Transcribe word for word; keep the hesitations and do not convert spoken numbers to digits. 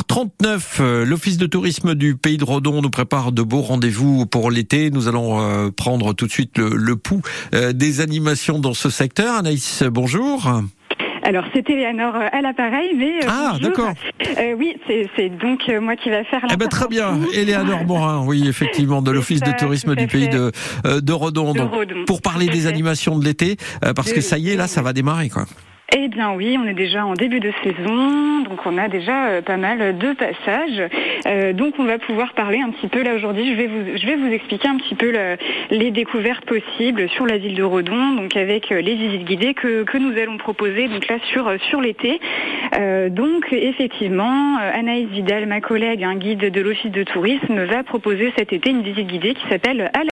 trente-neuf, euh, l'Office de tourisme du Pays de Redon nous prépare de beaux rendez-vous pour l'été. Nous allons euh, prendre tout de suite le, le pouls euh, des animations dans ce secteur. Anaïs, bonjour. Alors, c'est Eleanor à l'appareil, mais... Euh, ah, bonjour. d'accord. Euh, oui, c'est, c'est donc euh, moi qui va faire la... Eh ben, très bien, Eleanor Morin, oui, effectivement, de l'Office ça, de tourisme du Pays de, euh, de Redon. De Donc, Redon. pour parler des animations de l'été, euh, parce de que ça y est, là, ça va démarrer, quoi. Eh bien oui, on est déjà en début de saison, donc on a déjà euh, pas mal de passages. Euh, donc on va pouvoir parler un petit peu là aujourd'hui. Je vais vous, je vais vous expliquer un petit peu le, les découvertes possibles sur la ville de Redon, donc avec euh, les visites guidées que que nous allons proposer donc là sur sur l'été. Euh, donc effectivement, Anaïs Vidal, ma collègue, un guide de l'Office de tourisme, va proposer cet été une visite guidée qui s'appelle